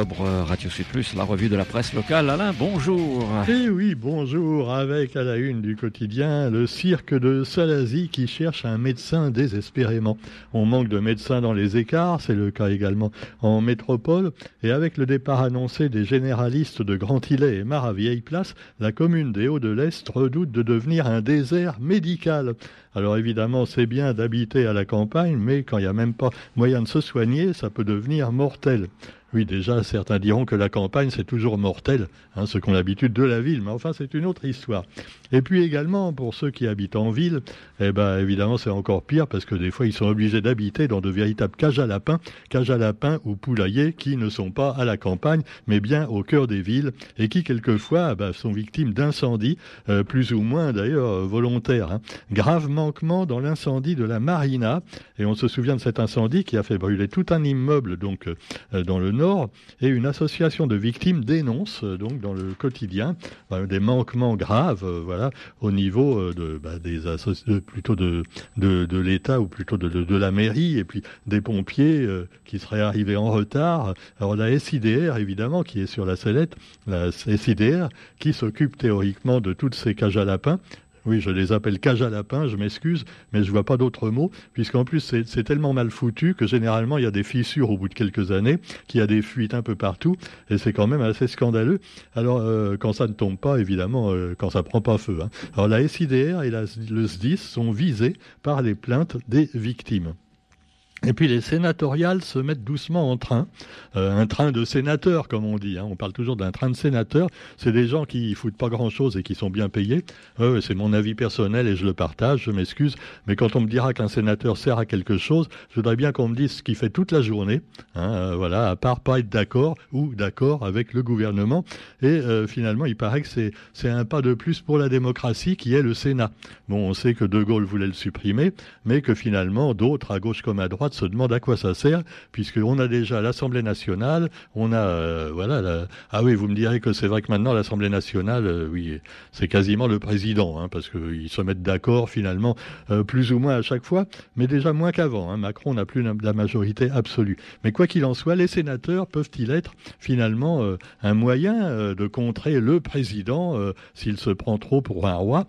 octobre, Radio Sud Plus, la revue de la presse locale. Alain, bonjour. Eh oui, bonjour, avec à la une du quotidien, le cirque de Salazie qui cherche un médecin désespérément. On manque de médecins dans les écarts, c'est le cas également en métropole, et avec le départ annoncé des généralistes de Grand-Îlet et Maravieille-Place, la commune des Hauts-de-l'Est redoute de devenir un désert médical. Alors évidemment, c'est bien d'habiter à la campagne, mais quand il n'y a même pas moyen de se soigner, ça peut devenir mortel. Oui, déjà, certains diront que la campagne, c'est toujours mortel, ceux qui ont l'habitude de la ville, mais enfin, c'est une autre histoire. Et puis également, pour ceux qui habitent en ville, évidemment, c'est encore pire, parce que des fois, ils sont obligés d'habiter dans de véritables cages à lapins ou poulaillers, qui ne sont pas à la campagne, mais bien au cœur des villes, et qui, quelquefois, sont victimes d'incendies, plus ou moins, d'ailleurs, volontaires. Grave manquement dans l'incendie de la Marina, et on se souvient de cet incendie qui a fait brûler tout un immeuble, donc, dans le Nord, et une association de victimes dénonce donc dans le quotidien des manquements graves au niveau plutôt de l'État ou plutôt de la mairie et puis des pompiers qui seraient arrivés en retard. Alors la SIDR évidemment qui est sur la sellette, la SIDR qui s'occupe théoriquement de toutes ces cages à lapins. Oui, je les appelle cages à lapins, je m'excuse, mais je vois pas d'autre mot, puisqu'en plus c'est tellement mal foutu que généralement il y a des fissures au bout de quelques années, qu'il y a des fuites un peu partout, et c'est quand même assez scandaleux. Alors quand ça ne tombe pas, évidemment, quand ça prend pas feu. Alors la SIDR et le SDIS sont visés par les plaintes des victimes. Et puis les sénatoriales se mettent doucement en train, un train de sénateurs comme on dit, on parle toujours d'un train de sénateurs, c'est des gens qui foutent pas grand-chose et qui sont bien payés, c'est mon avis personnel et je le partage, je m'excuse, mais quand on me dira qu'un sénateur sert à quelque chose, je voudrais bien qu'on me dise ce qu'il fait toute la journée, à part pas être d'accord ou d'accord avec le gouvernement, et finalement il paraît que c'est un pas de plus pour la démocratie qui est le Sénat. Bon, on sait que De Gaulle voulait le supprimer, mais que finalement d'autres à gauche comme à droite se demande à quoi ça sert, puisqu'on a déjà l'Assemblée nationale, on a, Ah oui, vous me direz que c'est vrai que maintenant l'Assemblée nationale, oui, c'est quasiment le président, parce qu'ils se mettent d'accord finalement, plus ou moins à chaque fois, mais déjà moins qu'avant. Macron n'a plus la majorité absolue. Mais quoi qu'il en soit, les sénateurs peuvent-ils être finalement un moyen de contrer le président s'il se prend trop pour un roi?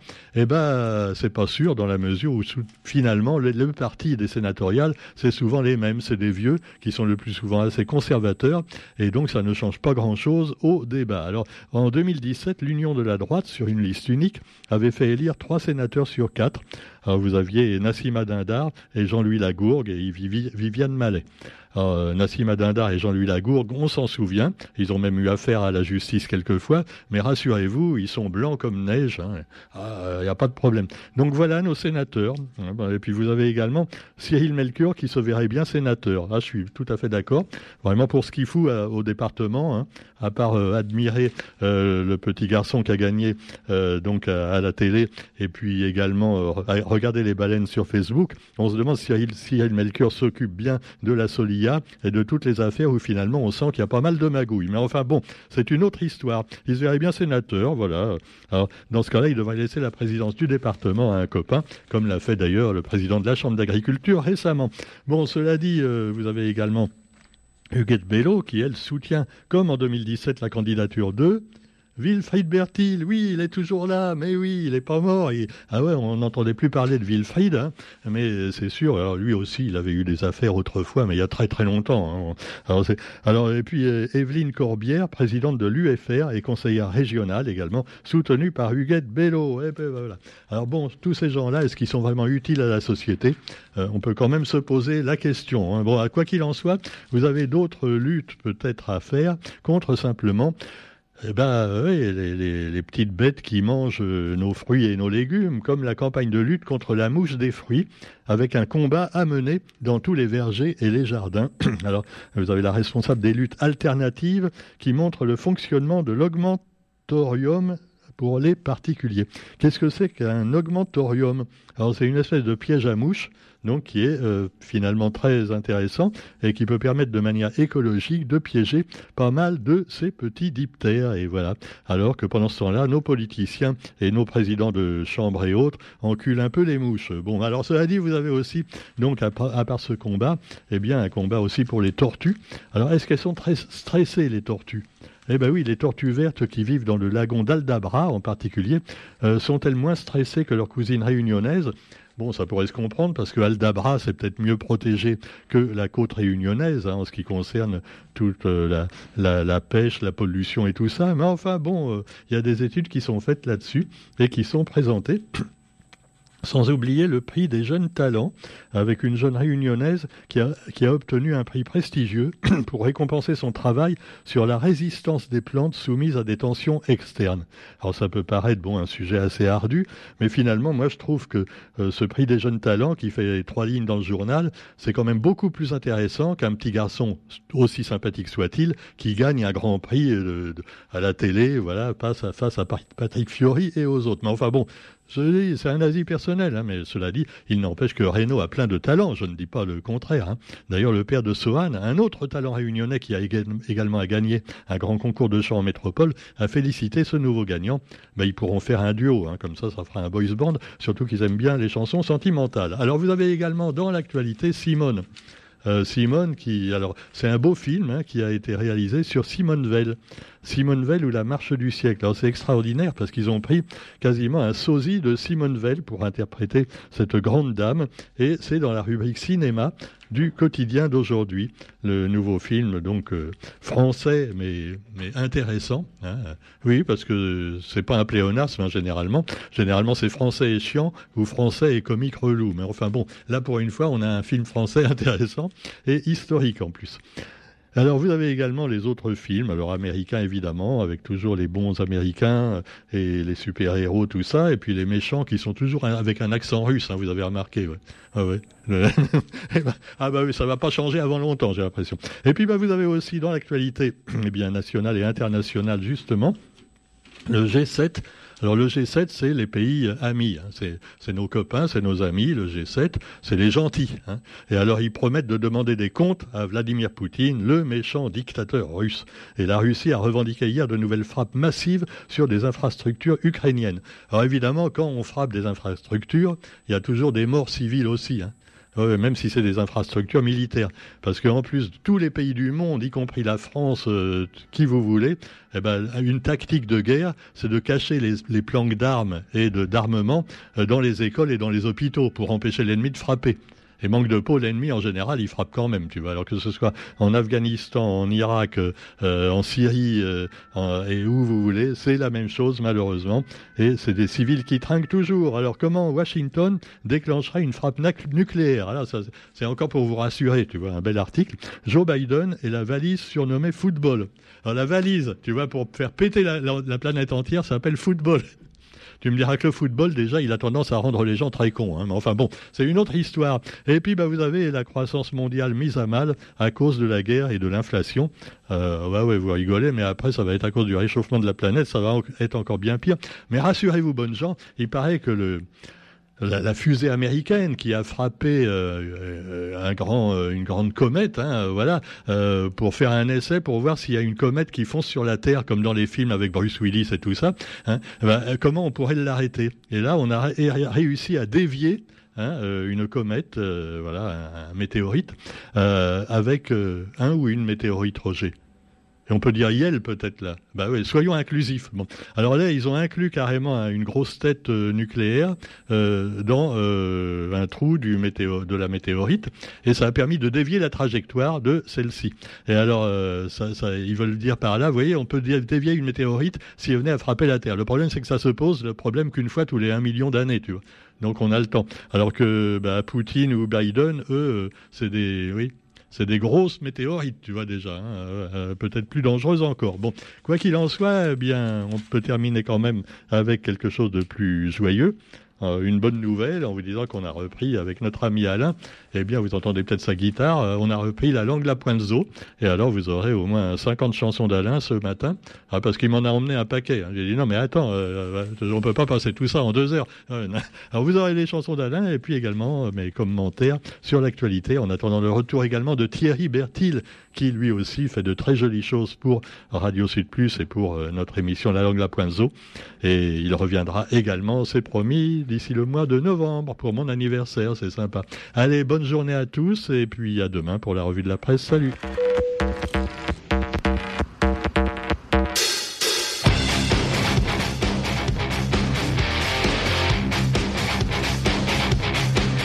C'est pas sûr dans la mesure où finalement le parti des sénatoriales, c'est souvent les mêmes, c'est des vieux qui sont le plus souvent assez conservateurs et donc ça ne change pas grand-chose au débat. Alors en 2017, l'Union de la droite, sur une liste unique, avait fait élire 3 sénateurs sur 4. Alors vous aviez Nassima Dindar et Jean-Louis Lagourgue et Viviane Malet. Nassima Dindar et Jean-Louis Lagourgue, on s'en souvient, ils ont même eu affaire à la justice quelquefois, mais rassurez-vous, ils sont blancs comme neige, il n'y a pas de problème. Donc voilà nos sénateurs. Et puis vous avez également Cyril Melchior qui se verrait bien sénateur. Je suis tout à fait d'accord. Vraiment pour ce qu'il fout au département, à part admirer le petit garçon qui a gagné donc à la télé, et puis également regarder les baleines sur Facebook, on se demande si Cyril Melchior s'occupe bien de la Solia et de toutes les affaires où finalement on sent qu'il y a pas mal de magouilles. Mais enfin bon, c'est une autre histoire. Il se verrait bien sénateur, voilà. Alors, dans ce cas-là, il devrait laisser la présidence du département à un copain, comme l'a fait d'ailleurs le président de la Chambre d'agriculture récemment. Bon, cela dit, vous avez également Huguette Bello qui, elle, soutient, comme en 2017, la candidature de Wilfried Bertil, oui, il est toujours là, mais oui, il est pas mort. On n'entendait plus parler de Wilfried, mais c'est sûr, alors lui aussi, il avait eu des affaires autrefois, mais il y a très très longtemps. Et puis Evelyne Corbière, présidente de l'UFR et conseillère régionale également, soutenue par Huguette Bello. Voilà. Alors bon, tous ces gens-là, est-ce qu'ils sont vraiment utiles à la société? On peut quand même se poser la question. Bon, quoi qu'il en soit, vous avez d'autres luttes peut-être à faire contre simplement les petites bêtes qui mangent nos fruits et nos légumes, comme la campagne de lutte contre la mouche des fruits, avec un combat à mener dans tous les vergers et les jardins. Alors, vous avez la responsable des luttes alternatives qui montre le fonctionnement de l'augmentorium pour les particuliers. Qu'est-ce que c'est qu'un augmentorium? Alors c'est une espèce de piège à mouches, donc qui est finalement très intéressant et qui peut permettre de manière écologique de piéger pas mal de ces petits diptères. Et voilà. Alors que pendant ce temps-là, nos politiciens et nos présidents de chambre et autres enculent un peu les mouches. Bon, alors cela dit, vous avez aussi, donc à part ce combat, eh bien un combat aussi pour les tortues. Alors est-ce qu'elles sont très stressées, les tortues? Eh bien oui, les tortues vertes qui vivent dans le lagon d'Aldabra en particulier, sont-elles moins stressées que leurs cousines réunionnaises? Bon, ça pourrait se comprendre parce que Aldabra, c'est peut-être mieux protégé que la côte réunionnaise, en ce qui concerne toute la pêche, la pollution et tout ça. Mais enfin, bon, il y a des études qui sont faites là-dessus et qui sont présentées. Sans oublier le prix des jeunes talents, avec une jeune réunionnaise qui a obtenu un prix prestigieux pour récompenser son travail sur la résistance des plantes soumises à des tensions externes. Alors ça peut paraître un sujet assez ardu, mais finalement, moi je trouve que ce prix des jeunes talents, qui fait 3 lignes dans le journal, c'est quand même beaucoup plus intéressant qu'un petit garçon, aussi sympathique soit-il, qui gagne un grand prix à la télé, voilà, face à Patrick Fiori et aux autres. Mais enfin bon, c'est un avis personnel, mais cela dit, il n'empêche que Reynaud a plein de talents, je ne dis pas le contraire. D'ailleurs, le père de Sohan, un autre talent réunionnais qui a également gagné un grand concours de chant en métropole, a félicité ce nouveau gagnant. Ils pourront faire un duo, comme ça fera un boys band, surtout qu'ils aiment bien les chansons sentimentales. Alors vous avez également dans l'actualité Simone. Simone, c'est un beau film qui a été réalisé sur Simone Veil. Simone Veil ou la marche du siècle. Alors c'est extraordinaire parce qu'ils ont pris quasiment un sosie de Simone Veil pour interpréter cette grande dame, et c'est dans la rubrique cinéma du quotidien d'aujourd'hui. Le nouveau film, donc français, mais intéressant. Oui, parce que c'est pas un pléonasme, généralement. Généralement, c'est français et chiant ou français et comique relou. Mais enfin bon, là pour une fois, on a un film français intéressant et historique en plus. Alors, vous avez également les autres films, alors américains évidemment, avec toujours les bons américains et les super-héros, tout ça, et puis les méchants qui sont toujours avec un accent russe, vous avez remarqué. Ouais. Ah ouais. Oui, ça va pas changer avant longtemps, j'ai l'impression. Et puis, vous avez aussi dans l'actualité, nationale et internationale, justement, le G7. Alors le G7, c'est les pays amis, c'est nos copains, c'est nos amis, le G7, c'est les gentils. Et alors ils promettent de demander des comptes à Vladimir Poutine, le méchant dictateur russe. Et la Russie a revendiqué hier de nouvelles frappes massives sur des infrastructures ukrainiennes. Alors évidemment, quand on frappe des infrastructures, il y a toujours des morts civiles aussi. Même si c'est des infrastructures militaires. Parce qu'en plus, tous les pays du monde, y compris la France, qui vous voulez, une tactique de guerre, c'est de cacher les planques d'armes et d'armement dans les écoles et dans les hôpitaux pour empêcher l'ennemi de frapper. Et manque de peau, l'ennemi, en général, il frappe quand même, Alors que ce soit en Afghanistan, en Irak, en Syrie, et où vous voulez, c'est la même chose, malheureusement. Et c'est des civils qui trinquent toujours. Alors comment Washington déclencherait une frappe nucléaire? Alors ça, c'est encore pour vous rassurer, un bel article. Joe Biden et la valise surnommée football. Alors la valise, pour faire péter la planète entière, ça s'appelle football. Tu me diras que le football, déjà, il a tendance à rendre les gens très cons. Mais enfin bon, c'est une autre histoire. Et puis, vous avez la croissance mondiale mise à mal à cause de la guerre et de l'inflation. Vous rigolez, mais après, ça va être à cause du réchauffement de la planète. Ça va être encore bien pire. Mais rassurez-vous, bonnes gens, il paraît que la fusée américaine qui a frappé une grande comète, pour faire un essai pour voir s'il y a une comète qui fonce sur la Terre comme dans les films avec Bruce Willis et tout ça, comment on pourrait l'arrêter? Et là, on a réussi à dévier une comète, un météorite, avec un ou une météorite, Roger. Et on peut dire Yel peut-être là. Soyons inclusifs. Bon. Alors là, ils ont inclus carrément une grosse tête nucléaire dans un trou de la météorite, et ça a permis de dévier la trajectoire de celle-ci. Et alors, ils veulent dire par là, vous voyez, on peut dévier une météorite si elle venait à frapper la Terre. Le problème, c'est que ça se pose le problème qu'une fois tous les 1 million d'années, Donc on a le temps. Alors que Poutine ou Biden, eux, c'est des grosses météorites, déjà, peut-être plus dangereuses encore. Bon, quoi qu'il en soit, on peut terminer quand même avec quelque chose de plus joyeux, une bonne nouvelle en vous disant qu'on a repris avec notre ami Alain. Eh bien, vous entendez peut-être sa guitare. On a repris La Langue la Pointe-Zo. Et alors, vous aurez au moins 50 chansons d'Alain ce matin. Parce qu'il m'en a emmené un paquet. J'ai dit non, mais attends, on peut pas passer tout ça en 2 heures. Alors, vous aurez les chansons d'Alain et puis également mes commentaires sur l'actualité en attendant le retour également de Thierry Bertil, qui lui aussi fait de très jolies choses pour Radio Sud Plus et pour notre émission La Langue la Pointe-Zo. Et il reviendra également, c'est promis, d'ici le mois de novembre pour mon anniversaire, c'est sympa. Allez, bonne journée à tous et puis à demain pour la revue de la presse. Salut.